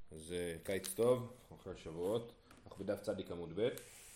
אז קיץ טוב, אחרי שבועות, אנחנו בדף צדיק עמוד ב'.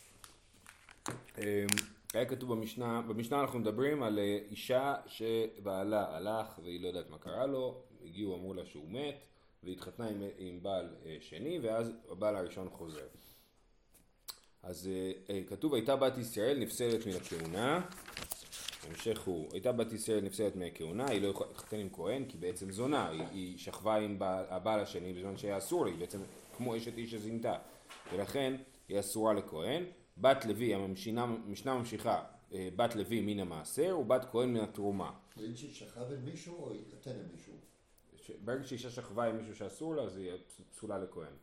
היה כתוב במשנה אנחנו מדברים על אישה שבעלה הלך והיא לא יודעת מה קרה לו, הגיעו אמרו לה שהוא מת והתחתנה עם בעל שני ואז הבעל הראשון חוזר. אז כתוב הייתה בת ישראל נפסלת מן הכהונה, המשך הוא, הייתה בת ישראל נפסלת מהכהונה, היא לא יכולה להתחתן עם כהן כי בעצם זונה, היא שכבה עם הבעל השני בזמן שהיה אסור לה, היא בעצם כמו אשת איש שזינתה, ולכן היא אסורה לכהן. בת לוי, המשנה ממשיכה, בת לוי מן המעשר ובת כהן מן התרומה. ואם ששכב עם מישהו או התחתן עם מישהו? ברגע שאישה שכבה עם מישהו שאסור לה, אז היא פסולה לכהן.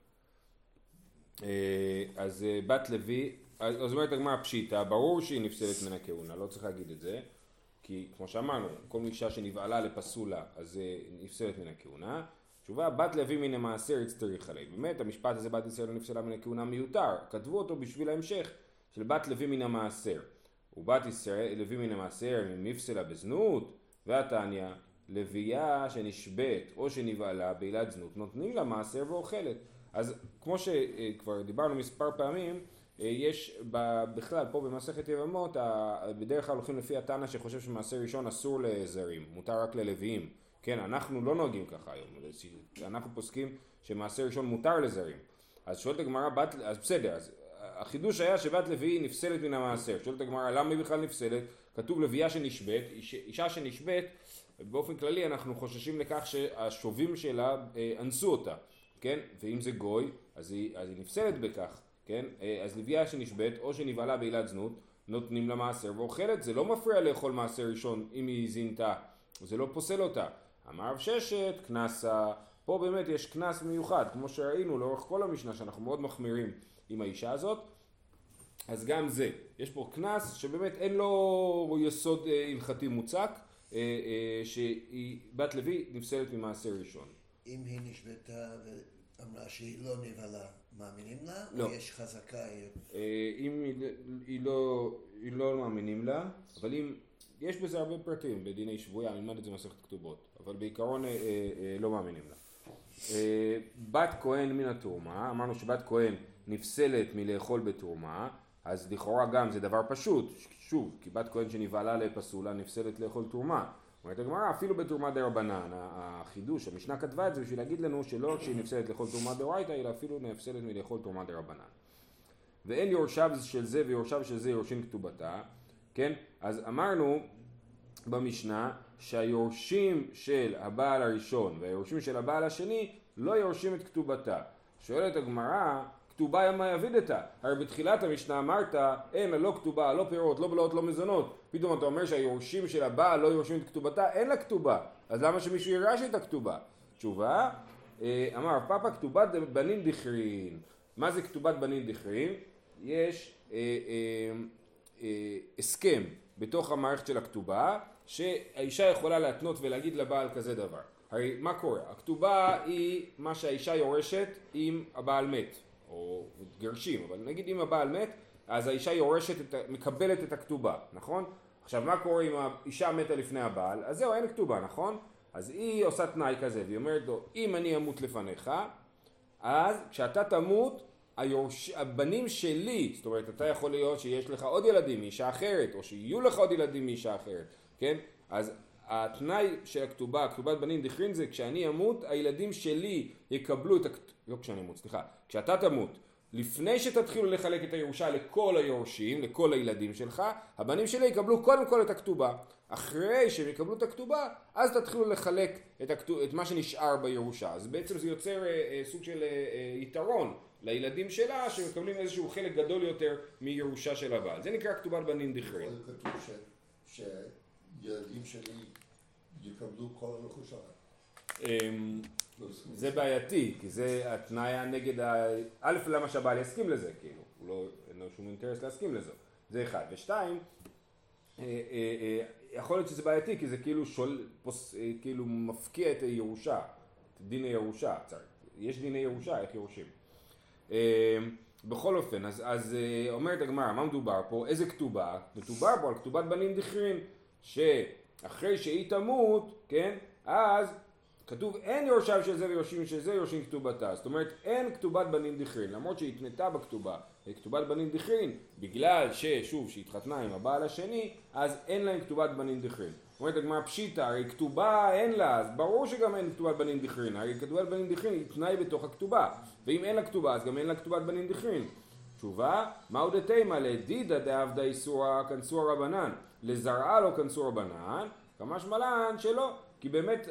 אז בת לוי, אז אומרת הגמרא פשיטה, ברור שהיא נפסלת מן הכהונה, לא צריך להגיד את זה, כי כמו שאמרנו, כל אישה שנבעלה לפסולה, אז נפסלת מן הכהונה. תשובה, בת לוי מן המעשר הצטריך עליה. באמת, המשפט הזה, בת ישראל נפסלה מן הכהונה מיותר, כתבו אותו בשביל ההמשך של בת לוי מן המעשר. ובת ישראל, לוי מן המעשר נפסלה בזנות, והתניא, לוויה שנשבית או שנבעלה בעילת זנות, נותנים לה מעשר ואוכלת. אז כמו שכבר דיברנו מספר פעמים, יש בכלל פה במסכת יבמות, בדרך כלל הולכים לפי התנא שחושב שמעשר ראשון אסור לזרים, מותר רק ללוויים. כן, אנחנו לא נוהגים ככה היום, אנחנו פוסקים שמעשר ראשון מותר לזרים. אז שואלת הגמרא, אז בסדר, אז החידוש היה שבת לוי נפסלת מן המעשר. שואלת הגמרא, למה היא בכלל נפסלת? כתוב לוויה שנשבית, אישה שנשבית, באופן כללי אנחנו חוששים לכך שהשובים שלה אנסו אותה, כן? ואם זה גוי, אז היא נפסלת בכך, כן? אז לוויה שנשבית או שנבעלה בעילת זנות, נותנים לה מעשר ואוכלת. זה לא מפריע לאכול מעשר ראשון אם היא זינתה, זה לא פוסל אותה. אמר רב ששת, כנסה, פה באמת יש כנס מיוחד, כמו שראינו לאורך כל המשנה שאנחנו מאוד מחמירים עם האישה הזאת, אז גם זה, יש פה כנס שבאמת אין לו יסוד הלכתי מוצק, שהיא בת לוי נפסלת ממעשר ראשון. אם היא נשבתה ואמרה שהיא לא נבעלה, מאמינים לה? לא. או יש חזקה? אם היא לא מאמינים לה, אבל אם יש בזה הרבה פרטים בדיני שבויה, נלמד את זה מסכת כתובות, אבל בעיקרון לא מאמינים לה. בת כהן מן התרומה, אמרנו שבת כהן נפסלת מלאכול בתרומה, אז לכאורה גם זה דבר פשוט, שוב, כי בת כהן שנבעלה לפסולה נפסלת לאכול תרומה. אומרת הגמרא, אפילו בתרומה דרבנן, החידוש, המשנה כתבה את זה בשביל להגיד לנו שלא כשהיא נפסלת לאכול תרומה דאורייתא, אלא אפילו נפסלת מלאכול תרומה דרבנן. ואין יורשיו של זה ויורשיו של זה יורשים כתובתה, כן? אז אמרנו במשנה שהיורשים של הבעל הראשון והיורשים של הבעל השני לא יורשים את כתובתה. שואלת הגמרא, כתובה מה יבידתה? הרי בתחילת המשנה אמרת, אין לא כתובה, לא פירות, לא בלעות, לא מזונות. פתאום אתה אומר שהיורשים של הבעל לא יורשים את כתובתה, אין לה כתובה. אז למה שמישהו ירש את הכתובה? תשובה, אמר פאפה כתובת בנין דכרין. מה זה כתובת בנין דכרין? יש הסכם בתוך המערכת של הכתובה, שהאישה יכולה להתנות ולהגיד לבעל כזה דבר. הרי מה קורה? הכתובה היא מה שהאישה יורשת אם הבעל מת, או גרשים, אבל נגיד אם הבעל מת, אז האישה יורשת, מקבלת את הכתובה, נכון? עכשיו מה קורה אם האישה מתה לפני הבעל? אז זהו, אין כתובה, נכון? אז היא עושה תנאי כזה, והיא אומרת לו, אם אני אמות לפניך, אז כשאתה תמות, הבנים שלי, זאת אומרת, אתה יכול להיות שיש לך עוד ילדים מאישה אחרת, או שיהיו לך עוד ילדים מאישה אחרת, כן? אז התנאי של הכתובה, כתובת בנין דכרין זה כשאני אמות, הילדים שלי יקבלו את לא כשאני אמות, סליחה, כשאתה תמות, לפני שתתחילו לחלק את הירושה לכל היורשים, לכל הילדים שלך, הבנים שלי יקבלו קודם כל את הכתובה. אחרי שהם יקבלו את הכתובה, אז תתחילו לחלק את מה שנשאר בירושה. אז בעצם זה יוצר סוג של יתרון לילדים שלה, שמקבלים איזשהו חלק גדול יותר מירושה של הבעל. זה נקרא כתובת בנין דכרין. זה כתוב שילדים שלי יקבלו כל הרכוש שלה. זה בעייתי, כי זה התנאי נגד א', למה שהבעל יסכים לזה, כאילו, אין לו שום אינטרס להסכים לזה, זה אחד. ושתיים, יכול להיות שזה בעייתי, כי זה כאילו מפקיע את הירושה, את דין הירושה, יש דיני ירושה, איך יורשים. בכל אופן, אז אומרת הגמרא, מה מדובר פה? איזה כתובה? מדובר פה על כתובת בנין דכרין, שאחרי שהיא תמות, כן, אז כתוב אין יורשיו של זה ויורשים של זה יורשים כתובתה, זאת אומרת אין כתובת בנין דכרין, למרות שהיא התנתה בכתובה, כתובת בנין דכרין, בגלל ששוב שהתחתנה עם הבעל השני, אז אין להם כתובת בנין דכרין. אומרת הגמרא פשיטא, הרי כתובה אין לה, אז ברור שגם אין כתובת בנין דכרין, הרי כתובת בנין דכרין היא תנאי בתוך הכתובה, ואם אין לה כתובה אז גם אין לה כתובת בנין דכרין. תשובה, מהו דתימא לדידא דעבדא איסורא כנסורא רבנן, לזרעה לו כנסורא רבנן, כמשמע לן שלא, כי באמת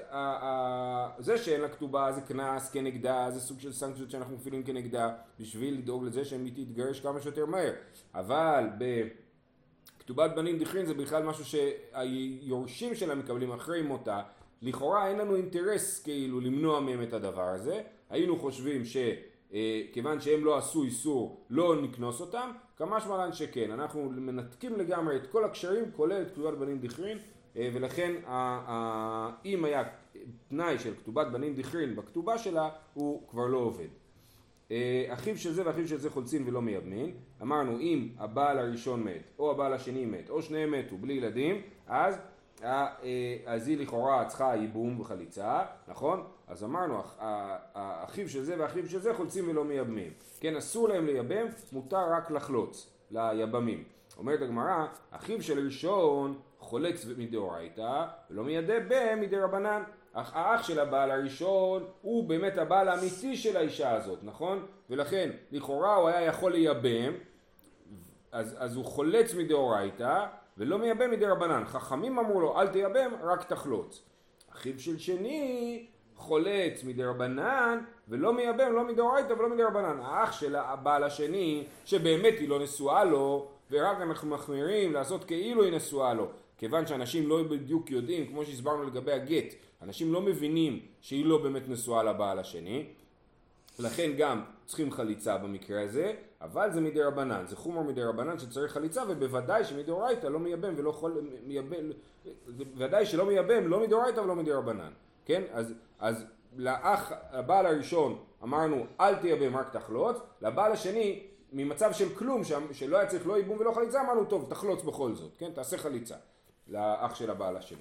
זה שאין לה כתובה זה קנס כנגדה, זה סוג של סנקציות שאנחנו מפעילים כנגדה בשביל לדאוג לזה שהם תתגרש כמה שיותר מהר, אבל בכתובת בנין דכרין זה בכלל משהו שהיורשים שלה מקבלים אחרי מותה, לכאורה אין לנו אינטרס כאילו למנוע מהם את הדבר הזה, היינו חושבים כיוון שהם לא עשו איסור לא נקנוס אותם, כמשמע לן שכן, אנחנו מנתקים לגמרי את כל הקשרים כולל את כתובת בנין דכרין, ולכן אם היה תנאי של כתובת בנין דכרין בכתובה שלה הוא כבר לא עובד. אחיו של זה ואחיו של זה חולצין ולא מייבמין, אמרנו אם הבעל הראשון מת או הבעל השני מת או שניהם מתו בלי ילדים, אז היא לכאורה צריכה ייבום וחליצה, נכון? אז אמרנו אחיו של זה ואחיו של זה חולצים ולא מייבמים, כן, אסור להם לייבם, מותר רק לחלוץ ליבמים. אומרת הגמרא, אחיו של ראשון חולץ מדאורייתא ולא מייבם מדי רבנן, אך האח של הבעל הראשון הוא באמת הבעל האמיתי של האישה הזאת, נכון? ולכן לכאורה הוא היה יכול לייבם, אז הוא חולץ מדאורייתא ולא מייבם מדי רבנן. חכמים אמרו לו אל תייבם, רק תחלוץ. אחיו של שני חולץ מדי רבנן ולא מייבם, לא מדאורייתא ולא מדי רבנן. האח של הבעל השני שבאמת היא לא נשואה לו ורק אנחנו מחמירים לעשות כאילו היא נשואה לו, כיוון שאנשים לא בדיוק יודעים, כמו שהסברנו לגבי הגט, אנשים לא מבינים שהיא לא באמת נשואה לבעל השני, לכן גם צריכים חליצה במקרה הזה, אבל זה מדי רבנן, זה חומר מדי רבנן שצריך חליצה, ובוודאי שמדאורייתא לא מייבם ולא מייבם, בוודאי שלא מייבם לא מדאורייתא ולא מדי רבנן, כן? אז לאח הבעל הראשון אמרנו אל תייבם רק תחלוץ, לבעל השני ממצב של כלום שלא היה צריך לא ייבום ולא חליצה, אמרנו טוב תחלוץ בכל זאת, כן? תעשה חליצה לאח של הבעל השני.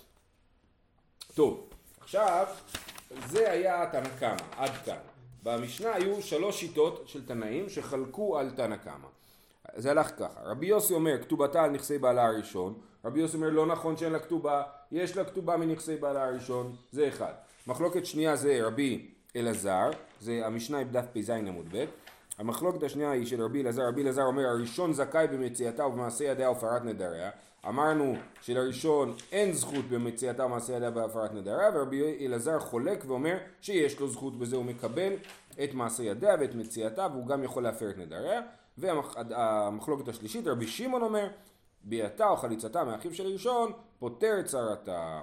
טוב, עכשיו זה היה תנא קמא, עד כאן. במשנה היו 3 שיטות של תנאים שחלקו על תנא קמא. זה הלך ככה, רבי יוסי אומר כתובתה על נכסי בעלה הראשון, רבי יוסי אומר לא נכון שאין לה כתובה, יש לה כתובה מנכסי בעלה הראשון, זה אחד. מחלוקת שנייה זה רבי אלעזר, זה המשנה בדף פ"ז עמוד ב'. המחלוקת השנייה היא של רבי אלעזר, רבי אלעזר אומר הראשון זכאי במציאתה ובמעשה ידיה ופרת נדריה, אמרנו שלראשון אין זכות במציאתה ומעשה ידיה והפרת נדריה, ורבי אלעזר חולק ואומר שיש לו זכות בזה, הוא מקבל את מעשה ידיה ואת מציאתה והוא גם יכול להפר את נדריה. והמחלוקת השלישית רבי שמעון אומר ביאתה או חליצתה מאחיו של ראשון פותר את צרתה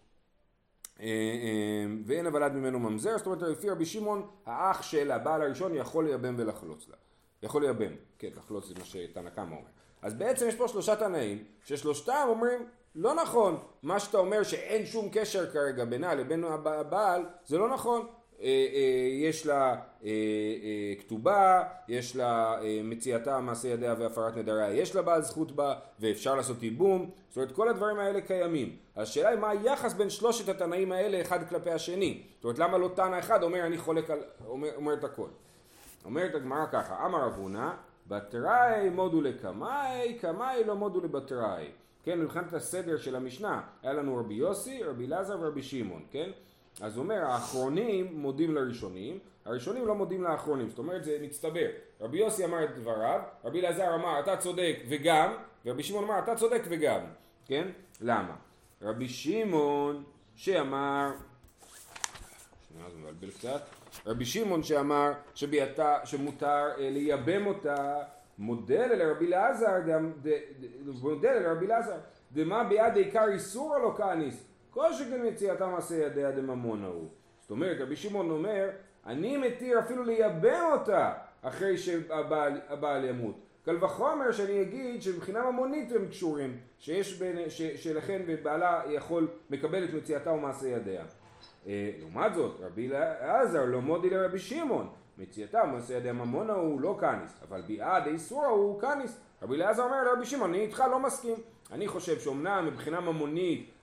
ואין הבלד ממנו ממזר, זאת אומרת לפי רבי שמעון האח של הבעל הראשון יכול לייבם ולחלוץ לה, יכול לייבם, כן, לחלוץ זה מה שתנא קמא אומר. אז בעצם יש פה 3 תנאים ששלושתם אומרים לא נכון, מה שאתה אומר שאין שום קשר כרגע בינה לבין הבעל זה לא נכון, יש לה כתובה, יש לה מציאתה מעשה ידיה והפרת נדריה, יש לה בעל זכות בה ואפשר לעשות ייבום, זאת אומרת כל הדברים האלה קיימים. השאלה היא מה היחס בין 3 התנאים האלה אחד כלפי השני, זאת אומרת למה לא תנא אחד אומר אני חולק על, אומר את הכל. אומרת הגמרא ככה, אמר רב הונא בתראי מודו לקמאי, קמאי לא מודו לבתראי. כן, מבחינת הסדר של המשנה, היה לנו רבי יוסי, רבי אלעזר ורבי שמעון, כן? אז הוא אומר, האחרונים מודים לראשונים, הראשונים לא מודים לאחרונים, זאת אומרת זה מצטבר. רבי יוסי אמר את דבריו, רבי אלעזר אמר אתה צודק וגם, ורבי שמעון אמר אתה צודק וגם, כן? למה? רבי שמעון שאמר, שנייה זה מבלבל קצת, רבי שמעון שאמר שמותר לייבם אותה, מודל לרבי אלעזר גם, מודל לרבי אלעזר, דמה ביד עיקר איסור לא כניס, כל שכן מציאתה מעשה ידיה דממון ההוא. זאת אומרת, רבי שמעון אומר, אני מתיר אפילו לייבם אותה אחרי שהבעל ימות. קל וחומר שאני אגיד שמבחינה ממונית הם קשורים, שלכן ובעלה יכול מקבל את מציאתה ומעשה ידיה. לעומת זאת, רבי אלעזר לא מודי לרבי שמעון, מציאתה ומעשה ידיה ממון ההוא לא כניס, אבל ביעד האיסור ההוא כניס. רבי אלעזר אומר לרבי שמעון, אני איתך לא מסכים. אני חושב שאומנם מבחינה ממונית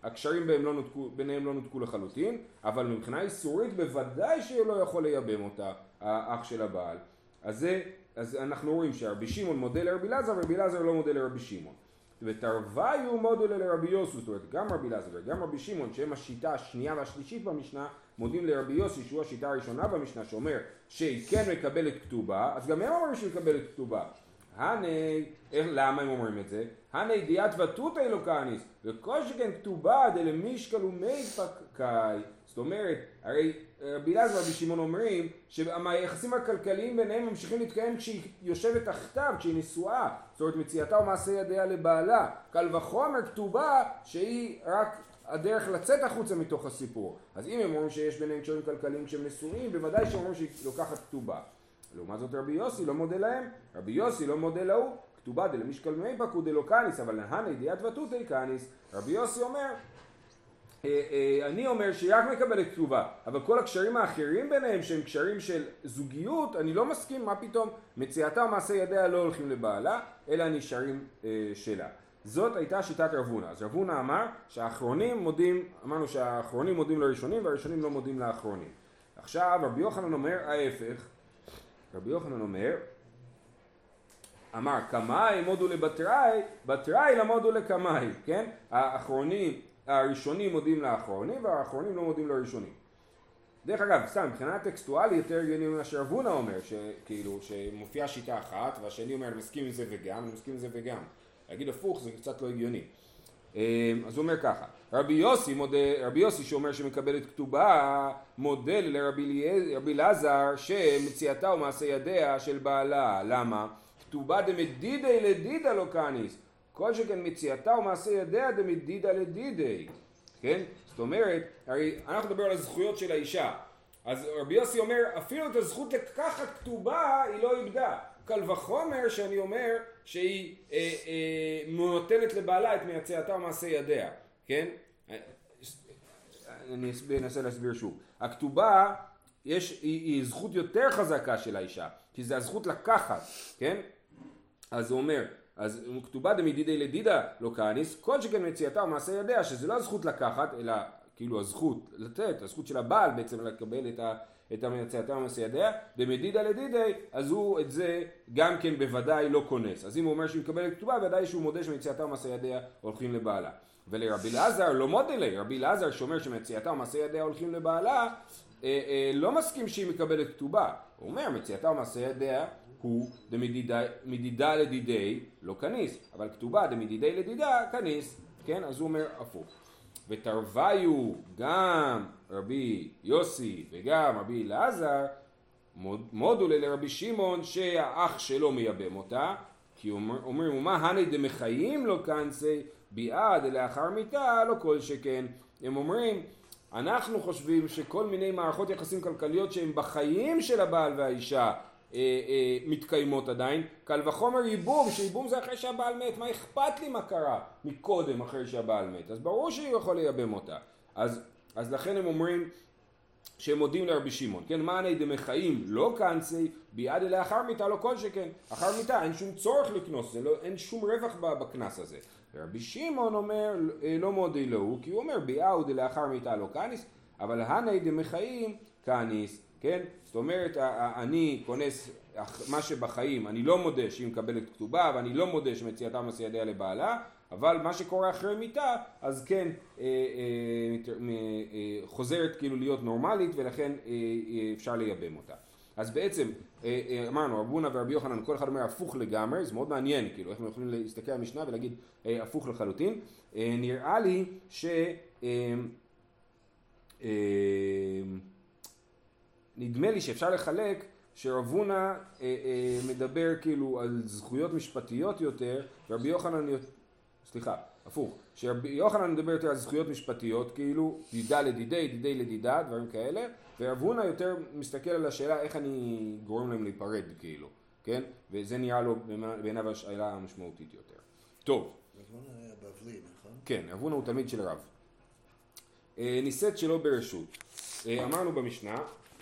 הקשרים ביניהם לא נותקו לחלוטין, אבל מבחינה איסורית בוודאי שלא יכול לייבם אותה האח של הבעל. אז אנחנו רואים שרבי שמעון מודה לרבי אלעזר ורבי אלעזר לא מודה לרבי שמעון. ותרוויו מודו לרבי יוסי, זאת אומרת גם רבי אלעזר וגם רבי שמעון שהם השיטה השנייה והשלישית במשנה מודים לרבי יוסי שהוא השיטה הראשונה במשנה שאומר שהיא כן מקבלת כתובה, אז גם הם אומרים שהיא מקבלת כתובה. למה הם אומרים את זה? הנה דיית ותות אלוקניס וכל שכן כתובה דלמישקל ומייפקאי. זאת אומרת, הרי רבי אלעזר ורבי שמעון אומרים שהיחסים הכלכליים ביניהם ממשיכים להתקיים כשהיא יושבת תחתיו, כשהיא נשואה, זאת אומרת מציאתה ומעשה ידיה לבעלה. קל וחומר כתובה שהיא רק הדרך לצאת החוצה מתוך הסיפור. אז אם הם אומרים שיש ביניהם קשרים כלכליים כשהם נשואים, בוודאי שהם אומרים שהיא לוקחת כתובה. לעומת זאת רבי יוסי לא מודה להם, רבי יוסי לא מודה להוא, כתובה דלמישקל מייפק ודלוקניס, אבל נהני דיית ותות אלקניס. רבי יוסי אומר, אני אומר שהיא רק מקבלת כתובה, אבל כל הקשרים האחרים ביניהם שהם קשרים של זוגיות, אני לא מסכים, מה פתאום מציאתה ומעשה ידיה לא הולכים לבעלה, אלא נשארים שלה. זאת הייתה שיטת רב הונא. אז רב הונא אמר שהאחרונים מודים, אמרנו שהאחרונים מודים לראשונים והראשונים לא מודים לאחרונים. עכשיו רבי יוחנן אומר ההפך. רבי יוחנן אמר קמאי מודו לבתראי, בתראי למודו לקמאי, כן? הראשונים מודים לאחרונים והאחרונים לא מודים לראשונים. דרך אגב, סתם, מבחינה טקסטואלית יותר הגיוני ממה שרב הונא אומר, שכאילו שמופיעה שיטה אחת והשני אומר אני מסכים עם זה וגם, אני מסכים עם זה וגם. להגיד הפוך זה קצת לא הגיוני. אז הוא אומר ככה, רבי יוסי שאומר שמקבלת כתובה מודה לרבי אלעזר שמציאתה ומעשה ידיה של בעלה. למה? כתובה דמדידי לדידה לא קניס, כל שכן מציאתה ומעשה ידיה דמדידה לדידי. כן? זאת אומרת, הרי אנחנו נדבר על הזכויות של האישה, אז רבי יוסי אומר אפילו את הזכות לקחת כתובה היא לא איבדה. קל וחומר שאני אומר שהיא נותנת לבעלה את מציאתה ומעשה ידיה, כן? אני אנסה להסביר שוב. הכתובה היא זכות יותר חזקה של האישה, כי זה הזכות לקחת, כן? אז הוא אומר, אז כתובה דמדידי לדידה לא קניס, כל שכן מציאתה ומעשה ידיה, שזה לא הזכות לקחת, אלא כאילו הזכות לתת, הזכות של הבעל בעצם לקבל את המציאתה ומעשה ידיה, במדידה לדידי, אז הוא את זה גם כן בוודאי לא כונס. אז אם הוא אומר שהוא מקבל כתובה, ודאי שהוא מודה שמציאתה ומעשה ידיה הולכים לבעלה. ולרבי אלעזר לא מודה לי, רבי אלעזר שאומר שמציאתה ומעשה ידיה הולכים לבעלה, לא מסכים שהיא מקבלת כתובה. הוא אומר מציאתה ומעשה ידיה הוא דמדידה לדידי לא כניס, אבל כתובה דמדידי לדידה כניס, כן? אז הוא אומר הפוך. ותרוויו גם רבי יוסי וגם רבי אלעזר מודו לרבי שמעון שהאח שלו מייבם אותה, כי אומרים ומה הני דמחיים לא כנסי ביעד לאחר מיתה לא כל שכן. הם אומרים אנחנו חושבים שכל מיני מערכות יחסים כלכליות שהם בחיים של הבעל והאישה מתקיימות עדיין, קל וחומר ייבום, שייבום זה אחרי שהבעל מת, מה אכפת לי מה קרה מקודם אחרי שהבעל מת, אז ברור שהוא יכול לייבם אותה. אז לכן הם אומרים שהם מודים לרבי שמעון, כן? מה אני דמחיים לא כנסי ביעד לאחר מיתה לא כל שכן, אחר מיתה אין שום צורך לקנוס, אין שום רווח בקנס הזה. רבי שמעון אומר לא מודה לו, כי הוא אומר ביעד לאחר מיתה לא כניס, אבל הני דמחיים כניס, כן? זאת אומרת, אני כונס מה שבחיים, אני לא מודה שהיא מקבלת כתובה, ואני לא מודה שמציאתה מעשה ידיה לבעלה, אבל מה שקורה אחרי מיתה, אז כן חוזרת כאילו להיות נורמלית, ולכן אפשר לייבם אותה. אז בעצם, אמרנו, רב הונא ורבי יוחנן, כל אחד אומר הפוך לגמרי, זה מאוד מעניין, כאילו, איך הם יכולים להסתכל על המשנה ולהגיד הפוך לחלוטין. נראה לי נדמה לי שאפשר לחלק שרב הונא מדבר כאילו על זכויות משפטיות יותר, ורבי יוחנן, סליחה, הפוך, שרבי יוחנן מדבר יותר על זכויות משפטיות, כאילו דידה לדידי, דידי לדידה, דברים כאלה, ורב הונא יותר מסתכל על השאלה איך אני גורם להם להיפרד, כאילו, כן? וזה נראה לו בעיניו השאלה המשמעותית יותר. טוב. רב הונא היה בבלי, נכון? כן, רב הונא הוא תלמיד של רב. נישאת שלא ברשות. אמרנו במשנה,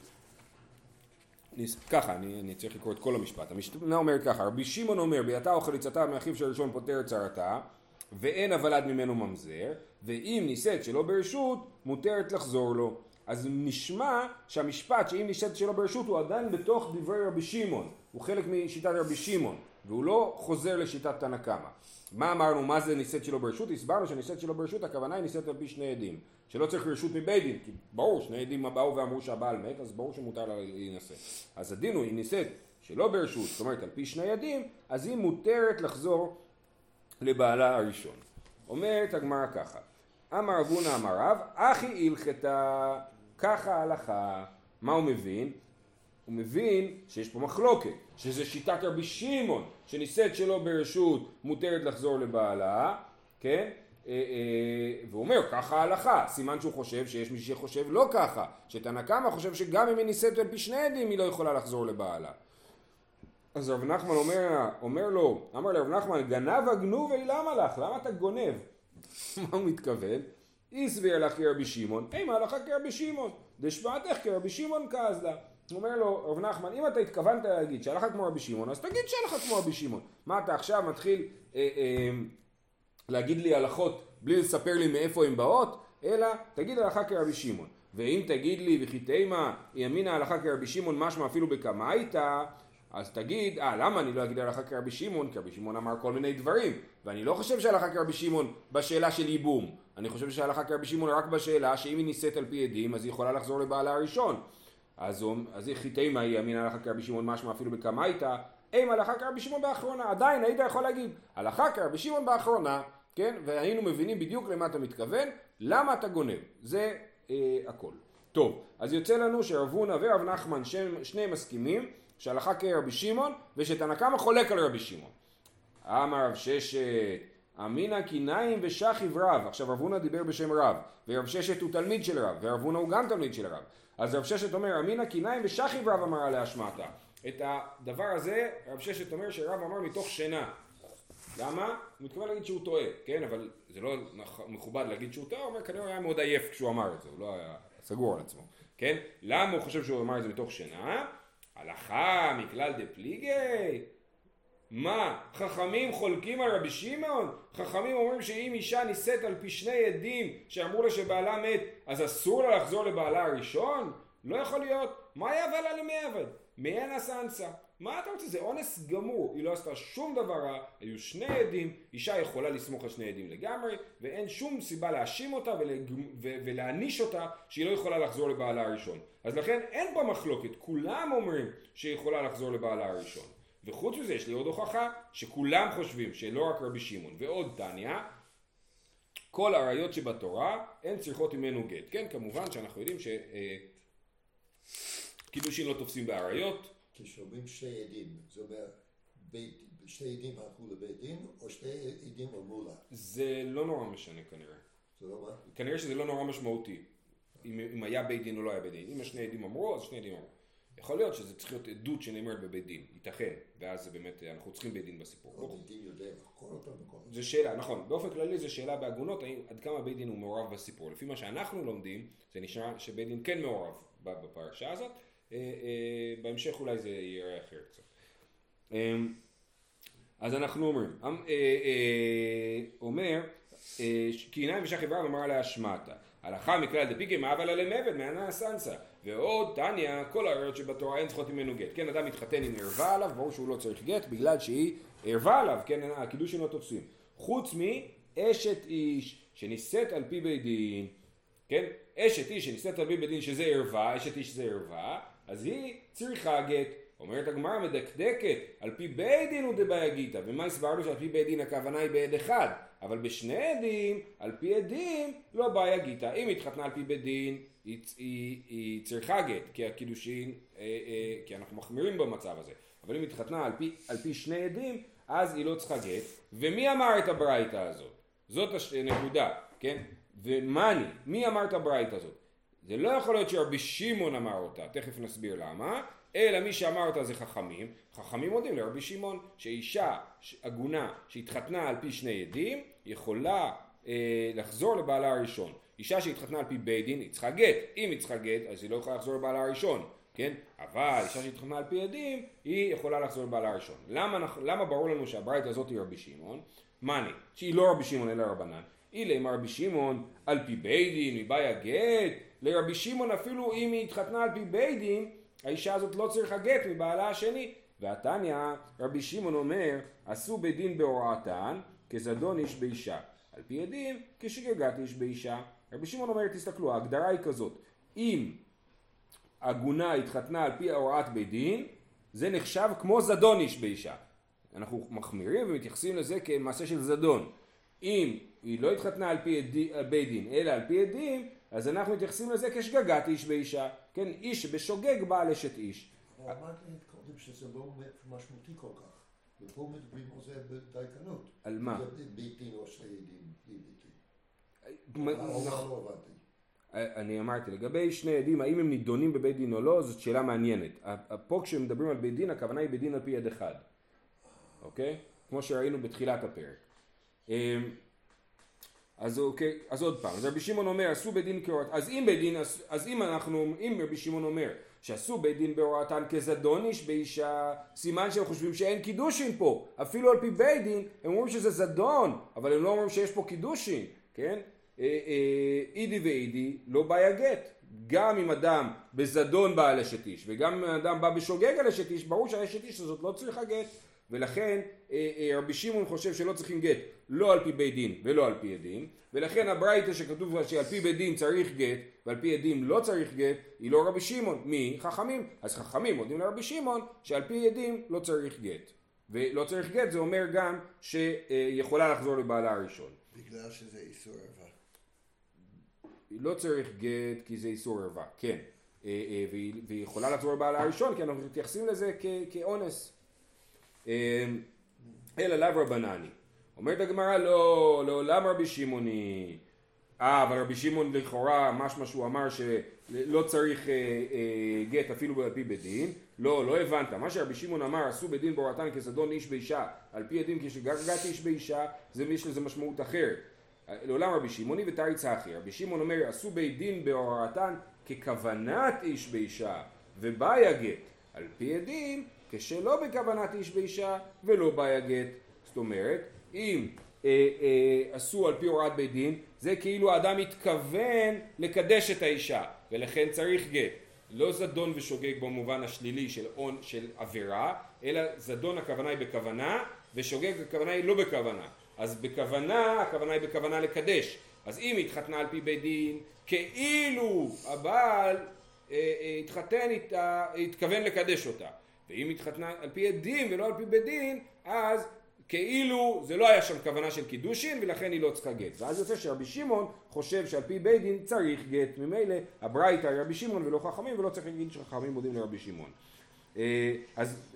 ככה, אני צריך לקרוא את כל המשפט. המשנה אומר ככה, רבי שמעון אומר, ביאתה או חליצתה מאחיו של ראשון פותר צרתה, ואין הוולד ממנו ממזר, ואם נישאת שלא ברשות, מותרת לחזור לו. אז נשמע שהמשפט שאם נישאת שלא ברשות הוא עדיין בתוך דברי רבי שמעון, הוא חלק משיטת רבי שמעון, והוא לא חוזר לשיטת תנא קמא. מה אמרנו, מה זה נישאת שלא ברשות? הסברנו שנישאת שלא ברשות הכוונה היא נישאת על פי שני עדים, שלא צריך רשות מבית דין, כי ברור שני עדים באו ואמרו שהבעל מת, אז ברור שמותר לה להינשא. אז הדין הוא, היא נישאת שלא ברשות, זאת אומרת על פי שני עדים, אז היא מותרת לחזור לבעלה הראשון. אומרת הגמרא ככה, אמר רב הונא אמר רב, אחי הלכתה, ככה ההלכה. מה הוא מבין? הוא מבין שיש פה מחלוקת, שזה שיטת רבי שמעון, שנישאת שלא ברשות מותרת לחזור לבעלה, כן? והוא אומר, ככה ההלכה, סימן שהוא חושב שיש מי שחושב לא ככה, שתנא קמא חושב שגם אם היא נישאת על פי שני עדים היא לא יכולה לחזור לבעלה. אז רב נחמן אומר לו, אמר לרב נחמן, גנב הגנובי למה לך? למה אתה גונב? מה הוא מתכוון? הסביר לך כרבי שמעון, מה הלכה כרבי שמעון? דשמעתך כרבי שמעון כזלה. הוא אומר לו, רב נחמן, אם אתה התכוונת להגיד שהלכה כמו רבי שמעון, אז תגיד שהלכה כמו רבי שמעון. מה אתה עכשיו מתחיל להגיד לי הלכות בלי לספר לי מאיפה הן באות? אלא תגיד הלכה כרבי שמעון. ואם תגיד לי וכי תימה ימינה הלכה כרבי שמעון משמע אפילו בקמייתא, אז תגיד, למה אני לא אגיד הלכה כרבי שמעון? כי רבי שמעון אמר כל מיני דברים, ואני לא חושב שהלכה כרבי שמעון בשאלה של ייבום. אני חושב שהלכה כרבי שמעון רק בשאלה שאם היא נישאת על פי עדים, אז היא יכולה לחזור לבעלה הראשון. אז חיטי מה היא אמין הלכה כרבי שמעון משמע אפילו בקמייתא, הלכה כרבי שמעון באחרונה. עדיין היית יכול להגיד, הלכה כרבי שמעון באחרונה, כן? והיינו מבינים בדיוק למה אתה מתכוון, למה אתה גונב. זה הכל. טוב, אז יוצא לנו שרב הונא ורב נחמן שניהם מסכימים, שהלכה כרבי שמעון, ושתנא קמא חולק על רבי שמעון. אמר רב ששת, אמינא קיניים ושכיב רב. עכשיו רב הונא דיבר בשם רב, ורב ששת הוא תלמיד של רב, ורב הונא הוא גם תלמיד של רב. אז רב ששת אומר, אמינא קיניים ושכיב רב אמר עליה שמעתא. את הדבר הזה רב ששת אומר שרב אמר מתוך שינה. למה? הוא מתכוון להגיד שהוא טועה, כן? אבל זה לא מכובד להגיד שהוא טועה, הוא אומר, כנראה הוא היה מאוד עייף כשהוא אמר את זה, הוא לא היה סגור על עצמו, כן? למה הוא חושב שהוא אמר את זה מתוך שינה? הלכה מכלל דפליגי? מה? חכמים חולקים על רבי שמעון? חכמים אומרים שאם אישה נישאת על פי שני עדים שאמרו לה שבעלה מת, אז אסור לה לחזור לבעלה הראשון? לא יכול להיות. מה יעבד לה למי עבד? מי נעשה אנסה? מה אתה רוצה? זה אונס גמור. היא לא עשתה שום דבר רע, היו שני עדים, אישה יכולה לסמוך על שני עדים לגמרי, ואין שום סיבה להאשים אותה ולהעניש אותה שהיא לא יכולה לחזור לבעלה הראשון. אז לכן אין פה מחלוקת, כולם אומרים שהיא יכולה לחזור לבעלה הראשון. וחוץ מזה יש לי עוד הוכחה שכולם חושבים שלא רק רבי שמעון ועוד תניא, כל הראיות שבתורה הן צריכות ממנו גט. כן, כמובן שאנחנו יודעים שקידושין לא תופסים בעריות. כשאומרים שני עדים, זה אומר שני עדים הלכו לבית דין או שני עדים אמרו לה? זה לא נורא משנה כנראה. זה לא מה? כנראה שזה לא נורא משמעותי. אם היה בית דין או לא היה בית דין. אם השני עדים אמרו, אז שני עדים אמרו. יכול להיות שזה צריך להיות עדות שנאמרת בבית דין, ייתכן, ואז זה באמת, אנחנו צריכים בית דין בסיפור. בית דין יודע לחקור אותם בכל זאת. זה שאלה, נכון, באופן כללי זה שאלה בהגונות, עד כמה בית דין הוא מעורב בסיפור. לפי מה שאנחנו לומדים, זה נשמע שבית דין כן מעורב בפרשה הזאת, בהמשך אולי זה יראה אחר קצת. אז אנחנו אומר, קיניים ושכיב רב אמר עליה שמעתא. הלכה מכלל דפליגי מה אבל עליהם עבד מענה סנסה. ועוד תניא, כל הראיות שבתורה אין צריכות ממנו גט. כן, אדם מתחתן עם ערווה עליו, ברור שהוא לא צריך גט בגלל שהיא ערווה עליו, כן, הקידושין לא תופסים. חוץ מאשת איש שנישאת על פי בית דין, כן, אשת איש שנישאת על פי בית דין שזה ערווה, אשת איש זה ערווה, אז היא צריכה גט. אומרת הגמרא מדקדקת, על פי בית דין הוא דבעיה גיתא. ומה הסברנו שעל פי בית דין הכוונה היא בעד אחד, אבל בשני עדים, על פי עדים, לא בעיה גיתא. אם התחתנה על פי בית דין, היא צריכה גט, כי הקידושין, כי אנחנו מחמירים במצב הזה. אבל אם התחתנה על פי שני עדים, אז היא לא צריכה גט. ומי אמר את הברייתא הזאת? זאת הנקודה, כן? מי אמר את הברייתא הזאת? זה לא יכול להיות שרבי שמעון אמר אותה, תכף נסביר למה. אלא מי שאמר אותה זה חכמים. חכמים יודעים לרבי שמעון שאישה עגונה שהתחתנה על פי שני עדים יכולה לחזור לבעלה הראשון. אישה שהתחתנה על פי בית דין היא צריכה גט. אם היא צריכה גט אז היא לא יכולה לחזור לבעלה הראשון, כן? אבל אישה שהתחתנה על פי עדים, היא יכולה לחזור לבעלה הראשון. למה ברור לנו שהברייתא הזאת היא רבי שמעון? מאני, שהיא לא רבי שמעון אלא רבנן. אילמה רבי שמעון על פי בית דין, מבאי הגט, לרבי שמעון אפילו אם היא התחתנה על פי בית דין, האישה הזאת לא צריכה גט מבעלה השני. והתניא, רבי שמעון אומר, עשו בית דין בהוראתן, כזדון איש באישה. על פי עדים, כשגגת איש באישה. רבי שמעון אומר, תסתכלו, ההגדרה היא כזאת, אם עגונה התחתנה על פי הוראת בית דין, זה נחשב כמו זדון איש באישה. אנחנו מחמירים ומתייחסים לזה כמעשה של זדון. אם היא לא התחתנה על פי בית דין, אלא על פי עדים, אז אנחנו מתייחסים לזה כשגגת איש באישה. כן, איש שבשוגג בעל אשת איש. אמרתי קודם שזה לא משמעותי כל כך. ופה מדברים על זה בדייקנות. על מה? בית דין או שני עדים, בלי בית דין. אני אמרתי, לגבי שני עדים, האם הם נידונים בבית דין או לא, זאת שאלה מעניינת. פה כשמדברים על בית דין, הכוונה היא בית דין על פי יד אחד. אוקיי? כמו שראינו בתחילת הפרק. אז עוד פעם, אז רבי שמעון אומר, עשו בית דין כהוראת, אם רבי שמעון אומר, שעשו בית דין בהוראתן כזדון איש באישה, סימן שהם חושבים שאין קידושין פה, אפילו על פי בית דין, הם אומרים שזה זדון, אבל הם לא אומרים שיש פה קידושין, כן? אידי ואידי לא בא יגט, גם אם אדם בזדון בא על אשת איש, וגם אם אדם בא בשוגג על אשת איש, ברור שהאשת איש הזאת לא צריכה גט, ולכן רבי שמעון חושב שלא צריכים גט לא על פי בית דין ולא על פי עדים, ולכן הברייתא שכתוב שעל פי בית דין צריך גט ועל פי עדים לא צריך גט היא לא רבי שמעון. מי? חכמים. אז חכמים מודים לרבי שמעון שעל פי עדים לא צריך גט, ולא צריך גט זה אומר גם שיכולה לחזור לבעלה הראשון בגלל שזה איסור ערווה. לא צריך גט כי זה איסור ערווה, כן, והיא יכולה לחזור לבעלה הראשון כי אנחנו מתייחסים לזה כאונס. אלא לאו רבנני. אומרת הגמרא, לא, למה רבי שמעוני? אבל רבי שמעון לכאורה, משמע שהוא אמר שלא צריך גט אפילו על פי בית דין. לא הבנת. מה שרבי שמעון אמר, עשו בית דין בהוראתן כזדון איש באישה, על פי הדין כשגגת איש באישה, יש לזה משמעות אחרת. לעולם רבי שמעוני ותריץ אחי. רבי שמעון אומר, עשו בית דין בהוראתן ככוונת איש באישה, ובא יגט. על פי הדין, כשלא בכוונת איש באישה ולא בא יגט. זאת אומרת, אם עשו על פי הוראת בית דין, זה כאילו האדם מתכוון לקדש את האישה, ולכן צריך גט. לא זדון ושוגג במובן השלילי של עבירה, אלא זדון הכוונה היא בכוונה, ושוגג הכוונה היא לא בכוונה. אז בכוונה, הכוונה היא בכוונה לקדש. אז אם התחתנה על פי בית דין, כאילו הבעל התחתן איתה, התכוון לקדש אותה. ואם התחתנה על פי עדים ולא על פי בית דין, אז כאילו זה לא היה שם כוונה של קידושין ולכן היא לא צריכה גט. ואז יוצא שרבי שמעון חושב שעל פי בית דין צריך גט. ממילא הברייתא היא רבי שמעון ולא חכמים, ולא צריך להגיד שחכמים מודים לרבי שמעון. אז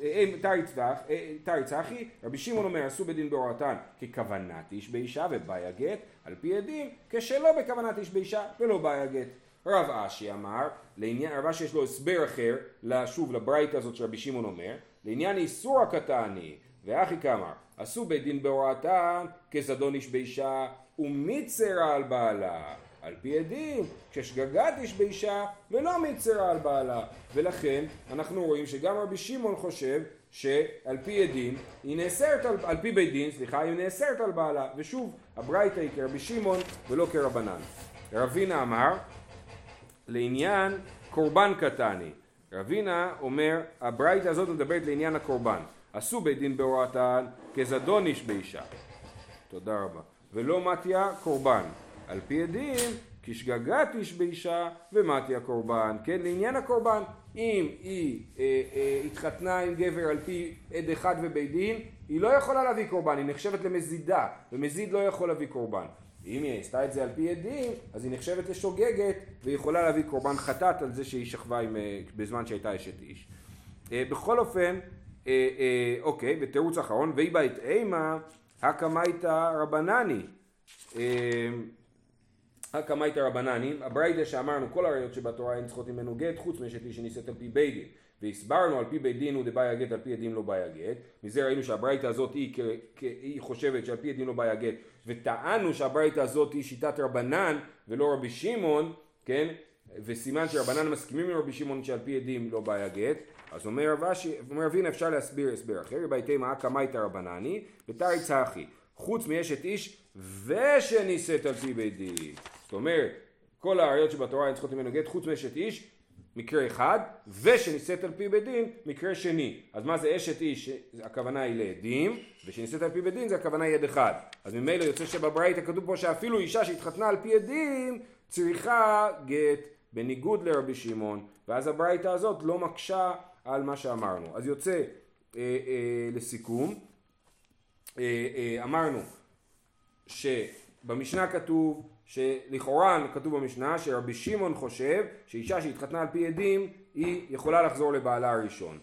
תריץ אחי, רבי שמעון אומר עשו בית דין בהוראתן ככוונת איש באישה ובא יגט, על פי עדים כשלא בכוונת איש באישה ולא בא יגט. רב אשי אמר, רב אשי יש לו הסבר אחר, שוב לברייתא הזאת שרבי שמעון אומר, לעניין איסור הקטני, ואחי כאמר, עשו בית דין בהוראתן כזדון איש באישה ומצרה על בעלה, על פי עדים כששגגת איש באישה ולא מצרה על בעלה. ולכן אנחנו רואים שגם רבי שמעון חושב שעל פי עדים היא נאסרת על פי בית דין, היא נאסרת על בעלה. ושוב, הברייתא היא כרבי שמעון ולא כרבנן. רבינה אמר, לעניין קורבן קטני. רבינה אומר, הברייתא הזאת מדברת לעניין הקורבן. עשו בית דין בהוראתן כזדון איש באישה. תודה רבה. ולא מתיה קורבן. על פי עדים כשגגת איש באישה ומתיה קורבן. כן, לעניין הקורבן, אם היא התחתנה עם גבר על פי עד אחד ובית דין, היא לא יכולה להביא קורבן, היא נחשבת למזידה, ומזיד לא יכול להביא קורבן. אם היא עשתה את זה על פי עדים, אז היא נחשבת לשוגגת, והיא יכולה להביא קורבן חטאת על זה שהיא שכבה בזמן שהייתה אשת איש. בכל אופן, אוקיי, בתירוץ אחרון, והיא בית אימה, הקמייתא רבנני. הקמייתא רבנני, הברייתא שאמרנו, כל הראיות שבתורה אין צריכות ממנו גט, חוץ מאשת איש שנישאת על פי בית דין. והסברנו על פי בית דין הוא דבאי הגט, על פי עדים לא באי הגט. מזה ראינו שהברייתא הזאת היא חושבת שעל פי עדים לא באי הגט, וטענו שהברייתא הזאת היא שיטת רבנן ולא רבי שמעון, כן? וסימן שרבנן מסכימים עם רבי שמעון שעל פי עדים לא בעיה גט, אז אומר רבינה אפשר להסביר הסבר אחר, ביתי מה קמייתא רבנני ותרי צחי, חוץ מאשת איש ושנישאת על פי בית דין. זאת אומרת, כל העריות שבתורה הן צריכות ממנו גט חוץ מאשת איש, מקרה אחד, ושנישאת על פי בית דין, מקרה שני. אז מה זה אשת איש? הכוונה היא לעדים, ושנישאת על פי בית דין זה הכוונה היא עד אחד. אז ממילא יוצא שבברייתא כתוב פה שאפילו אישה שהתחתנה על פי עדים צריכה גט, בניגוד לרבי שמעון, ואז הברייתא הזאת לא מקשה על מה שאמרנו. אז יוצא לסיכום, אמרנו שבמשנה כתוב, שלכאורה כתוב במשנה שרבי שמעון חושב שאישה שהתחתנה על פי עדים היא יכולה לחזור לבעלה הראשון,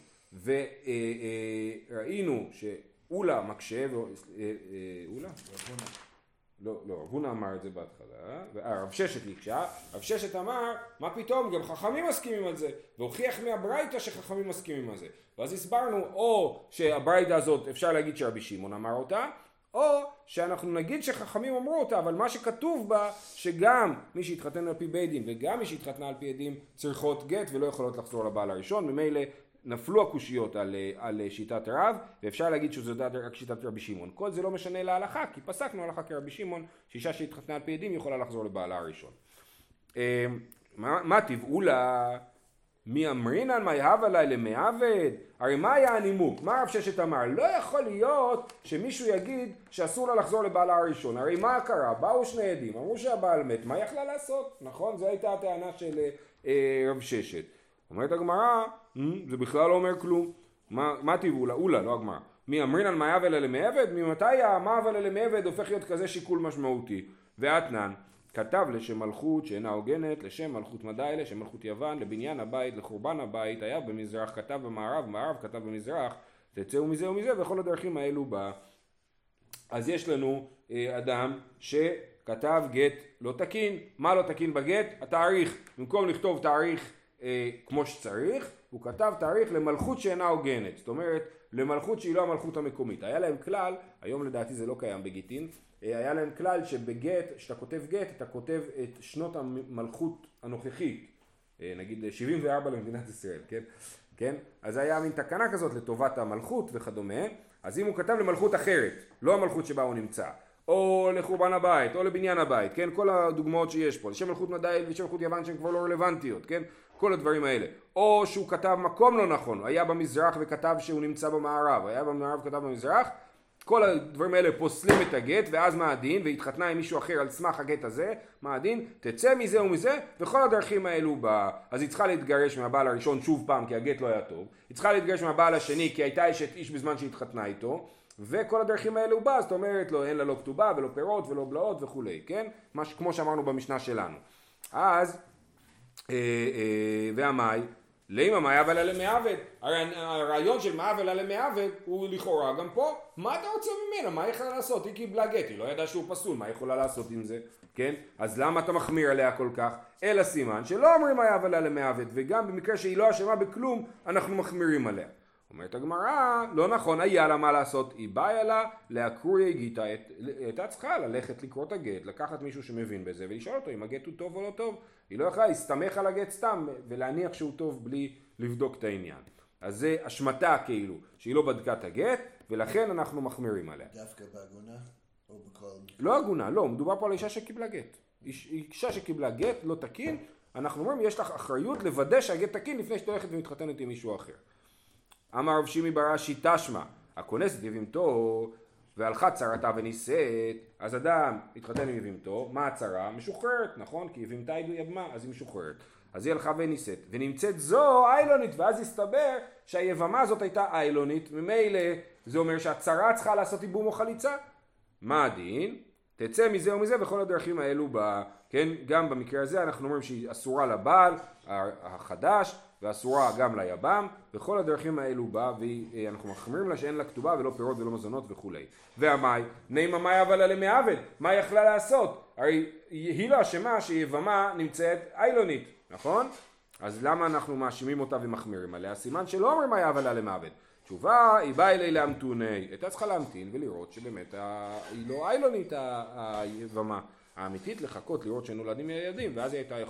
וראינו שאולה מקשה, אולה? לא, רבונה אמר את זה בהתחלה, רב ששת נקשה, רב ששת אמר, מה פתאום, גם חכמים מסכימים על זה, והוכיח מהברייתא שחכמים מסכימים על זה. ואז הסברנו, או שהברייתא הזאת אפשר להגיד שרבי שמעון אמר אותה, או שאנחנו נגיד שחכמים אמרו אותה, אבל מה שכתוב בה, שגם מי שהתחתן על פי בית דין וגם מי שהתחתנה על פי עדים צריכות גט ולא יכולות לחזור לבעל הראשון, ממילא נפלו הקושיות על שיטת רב, ואפשר להגיד שזו רק שיטת רבי שמעון. כל זה לא משנה להלכה, כי פסקנו הלכה כרבי שמעון, שאישה שהתחתנה על פי עדים יכולה לחזור לבעלה הראשון. מה תבעו לה? מי אמרינן מה יהב עלי למעבד? הרי מה היה הנימוק? מה רב ששת אמר? לא יכול להיות שמישהו יגיד שאסור לה לחזור לבעלה הראשון. הרי מה קרה? באו שני עדים, אמרו שהבעל מת, מה יכלה לעשות? נכון? זו הייתה הטענה של רב ששת. אומרת הגמרא, זה בכלל לא אומר כלום. מה תבעו לה? אולה, לא הגמרא. מי אמרינן מה יהב עלי למעבד? ממתי המעב עלי למעבד הופך להיות כזה שיקול משמעותי? ואתנן, כתב לשם מלכות שאינה הוגנת, לשם מלכות מדי, לשם מלכות יוון, לבניין הבית, לחורבן הבית, היה במזרח, כתב במערב, מערב כתב במזרח, תצאו מזה ומזה, וכל הדרכים האלו בא. אז יש לנו אדם שכתב גט לא תקין. מה לא תקין בגט? התאריך. במקום לכתוב תאריך כמו שצריך, הוא כתב תאריך למלכות שאינה הוגנת. זאת אומרת, למלכות שהיא לא המלכות המקומית. היה להם כלל, היום לדעתי זה לא קיים בגיטין, היה להם כלל שבגט, שאתה כותב גט, אתה כותב את שנות המלכות הנוכחית, נגיד 74 למדינת ישראל, כן? כן? אז היה מין תקנה כזאת לטובת המלכות וכדומה, אז אם הוא כתב למלכות אחרת, לא המלכות שבה הוא נמצא, או לחורבן הבית, או לבניין הבית, כן? כל הדוגמאות שיש פה, לשם מלכות מדי ושם מלכות יוון שהן כבר לא רלוונטיות, כן? כל הדברים האלה. או שהוא כתב מקום לא נכון, היה במזרח וכתב שהוא נמצא במערב, היה במערב וכתב במזרח, כל הדברים האלה פוסלים את הגט, ואז מה הדין? והתחתנה עם מישהו אחר על סמך הגט הזה, מה הדין? תצא מזה ומזה, וכל הדרכים האלו בא. אז היא צריכה להתגרש מהבעל הראשון שוב פעם, כי הגט לא היה טוב. היא צריכה להתגרש מהבעל השני, כי הייתה אשת איש בזמן שהתחתנה איתו. וכל הדרכים האלו בא, זאת אומרת, אין לה לא כתובה ולא פירות ולא בלעות וכולי, כן? כמו שאמרנו במשנה שלנו. אז, והמאי, לימה מה יהב עליה למעבד? הרעיון של מה יהב עליה למעבד הוא לכאורה גם פה. מה אתה רוצה ממנה? מה היא יכולה לעשות? היא קיבלה גט, היא לא ידעה שהוא פסול, מה היא יכולה לעשות עם זה? כן? אז למה אתה מחמיר עליה כל כך? אלא סימן שלא אומרים מה יהב עליה למעבד, וגם במקרה שהיא לא אשמה בכלום, אנחנו מחמירים עליה. אומרת הגמרא, לא נכון, היה לה מה לעשות, היא באה לה להקרוי גיטה, הייתה צריכה ללכת לקרוא את הגט, לקחת מישהו שמבין בזה ולשאול אותו אם הגט הוא טוב או לא טוב. היא לא יכולה להסתמך על הגט סתם ולהניח שהוא טוב בלי לבדוק את העניין. אז זה אשמתה כאילו, שהיא לא בדקה את הגט, ולכן אנחנו מחמירים עליה. דווקא בהגונה או בכל... לא הגונה, לא, מדובר פה על אישה שקיבלה גט. אישה שקיבלה גט לא תקין, אנחנו אומרים יש לך אחריות לוודא שהגט תקין לפני שאת הולכת ומתחתנת עם מישהו אחר. אמר רב שימי בר אשי תשמע, הכונסת יבימתו והלכה צרתה ונישאת, אז אדם התחתן עם יבימתו, מה הצרה? משוחררת, נכון? כי יבימתה היא יבמה, אז היא משוחררת. אז היא הלכה ונישאת, ונמצאת זו איילונית, ואז הסתבר שהיבמה הזאת הייתה איילונית, ממילא זה אומר שהצרה צריכה לעשות ייבום או חליצה. מה הדין? תצא מזה ומזה וכל הדרכים האלו בה, כן? גם במקרה הזה אנחנו אומרים שהיא אסורה לבעל החדש, ואסורה גם ליבם, וכל הדרכים האלו בה, ואנחנו מחמירים לה שאין לה כתובה ולא פירות ולא מזונות וכולי. והמאי, נעימה מאי אבל עליה מעבד, מה יכלה לעשות? הרי היא לא אשמה שיבמה נמצאת איילונית, נכון? אז למה אנחנו מאשימים אותה ומחמירים עליה? סימן שלא אומרים מאי אבל עליה מעבד. תשובה, היא באה אלי להמתוני, הייתה צריכה להמתין ולראות שבאמת היא לא איילונית היבמה האמיתית, לחכות לראות שנולדים ילדים, ואז היא הייתה יכולה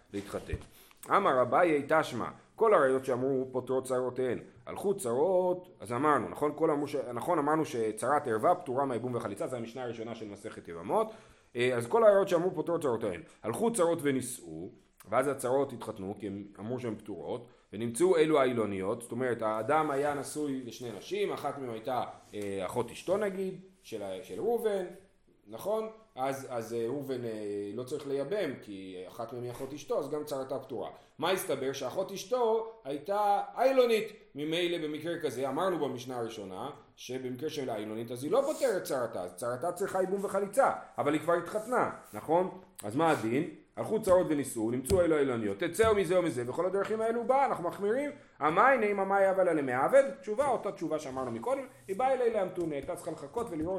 להתחתן. אמר אביי תשמע, כל הראיות שאמרו פותרות צרותיהן, הלכו צרות, אז אמרנו, נכון אמרנו שצרת ערווה פטורה מהייבום וחליצה, זו המשנה הראשונה של מסכת יבמות, אז כל הראיות שאמרו פותרות צרותיהן, הלכו צרות ונישאו, ואז הצרות התחתנו, כי הם אמרו שהן פטורות, ונמצאו אלו האילוניות, זאת אומרת, האדם היה נשוי לשני נשים, אחת מהן הייתה אחות אשתו נגיד, של ראובן, נכון? אז ראובן לא צריך לייבם, כי אחת מהן היא אחות אשתו, אז גם צרתה פטורה. מה הסתבר? שאחות אשתו הייתה אילונית, ממילא במקרה כזה, אמרנו במשנה הראשונה, שבמקרה של האילונית, אז היא לא פותרת צרתה, אז צרתה צריכה ייבום וחליצה, אבל היא כבר התחתנה, נכון? אז מה הדין? הלכו צרות ונישאו, נמצאו אלו האילוניות, תצאו מזה ומזה, וכל הדרכים האלו באה, אנחנו מחמירים, המאי נעים המאי אבל עלי מעבד, תשובה, אותה תשובה שאמרנו מקודם, היא באה אלי לאמתונה, הייתה צריכה לחכות ולראות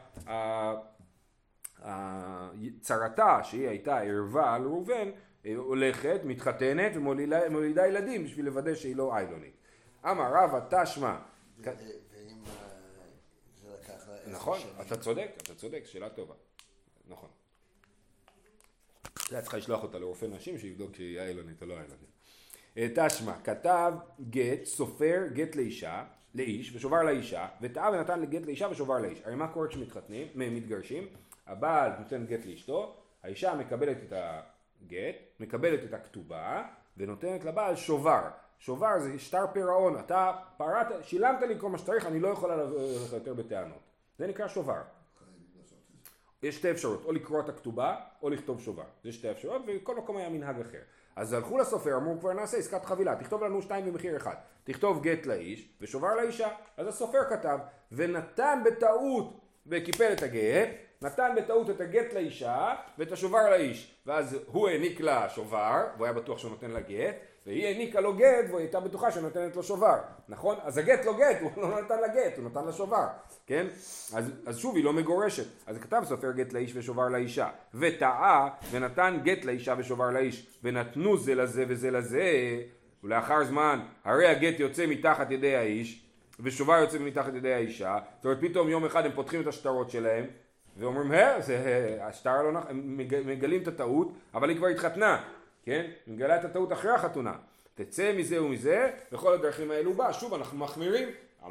שהצרתה שהיא הייתה ערווה על ראובן, הולכת, מתחתנת ומולידה ילדים בשביל לוודא שהיא לא איילונית. אמר רבא תשמע. ואם זה לקח לה 10 שנים. נכון, אתה צודק, שאלה טובה. נכון. אתה צריכה לשלוח אותה לרופא נשים שיבדוק שהיא איילונית או לא איילונית. תשמע, כתב גט, סופר גט לאיש ושובר לאישה, וטעה ונתן לגט לאישה ושובר לאיש. הרי מה קורה כשמתחתנים, מתגרשים? הבעל נותן גט לאשתו, האישה מקבלת את הגט, מקבלת את הכתובה, ונותנת לבעל שובר. שובר זה שטר פירעון, אתה שילמת לי כל מה שצריך, אני לא יכולה ללכת יותר בטענות. זה נקרא שובר. יש שתי אפשרויות, או לקרוא את הכתובה, או לכתוב שובר. זה שתי אפשרויות, וכל מקום היה מנהג אחר. אז הלכו לסופר, אמרו כבר נעשה עסקת חבילה, תכתוב לנו 2 במחיר אחד. תכתוב גט לאיש, ושובר לאישה. אז הסופר כתב, ונתן בטעות, וקיפל את הגט, נתן בטעות את הגט לאישה, ואת השובר לאיש. ואז הוא העניק לה שובר, והוא היה בטוח שהוא נותן לה גט, והיא העניקה לו גט, והיא הייתה בטוחה שנותנת לו שובר, נכון? אז הגט לא גט, הוא לא נתן לה גט, הוא נתן לה שובר, כן? אז שוב, היא לא מגורשת. אז כתב סופר גט לאיש ושובר לאישה, וטעה ונתן גט לאישה ושובר לאיש, ונתנו זה לזה וזה לזה, ולאחר זמן, הרי הגט יוצא מתחת ידי האיש, ושובר יוצא מתחת ידי האישה, זאת אומרת, פתאום יום אחד הם פותחים את השטרות שלהם, ואומרים, השטר לא נכון, הם מגלים את הטעות, אבל היא כבר התחתנה. כן? מגלה את הטעות אחרי החתונה. תצא מזה ומזה, וכל הדרכים האלו בא. שוב, אנחנו מחמירים.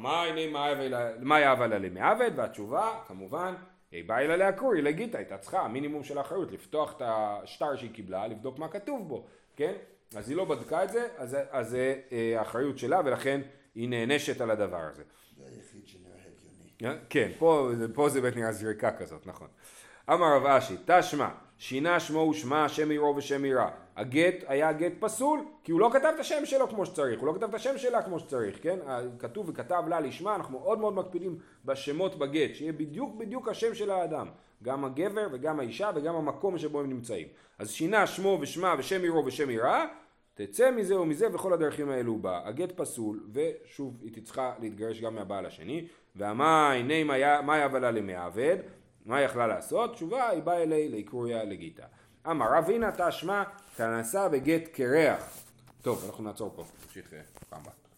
מה יאהב עליה למעבד? והתשובה, כמובן, היא באה אלה לעקור, היא לגיטה, הייתה צריכה, המינימום של האחריות, לפתוח את השטר שהיא קיבלה, לבדוק מה כתוב בו. כן? אז היא לא בדקה את זה, אז זה האחריות שלה, ולכן היא נענשת על הדבר הזה. זה היחיד שנראה הגיוני. כן, פה זה בית נראה זריקה כזאת, נכון. אמר רב אשי, תשמע, שינה שמו ושמה, שם עירו ושם עירה. הגט היה גט פסול, כי הוא לא כתב את השם שלו כמו שצריך, הוא לא כתב את השם שלה כמו שצריך, כן? כתוב וכתב לה לשמה, אנחנו מאוד מאוד מקפידים בשמות בגט, שיהיה בדיוק השם של האדם, גם הגבר וגם האישה וגם המקום שבו הם נמצאים. אז שינה שמו ושמה ושם עירו ושם עירה, תצא מזה ומזה וכל הדרכים האלו בה. הגט פסול, ושוב היא צריכה להתגרש גם מהבעל השני, והמאי מה יבלה למעבד, מה יכלה לעשות? תשובה, היא באה אלי לעיקוריה לגיטה. אמר רב הנה תשמע, כנסה בגט קרח. טוב, אנחנו נעצור פה, נמשיך פעם הבאה.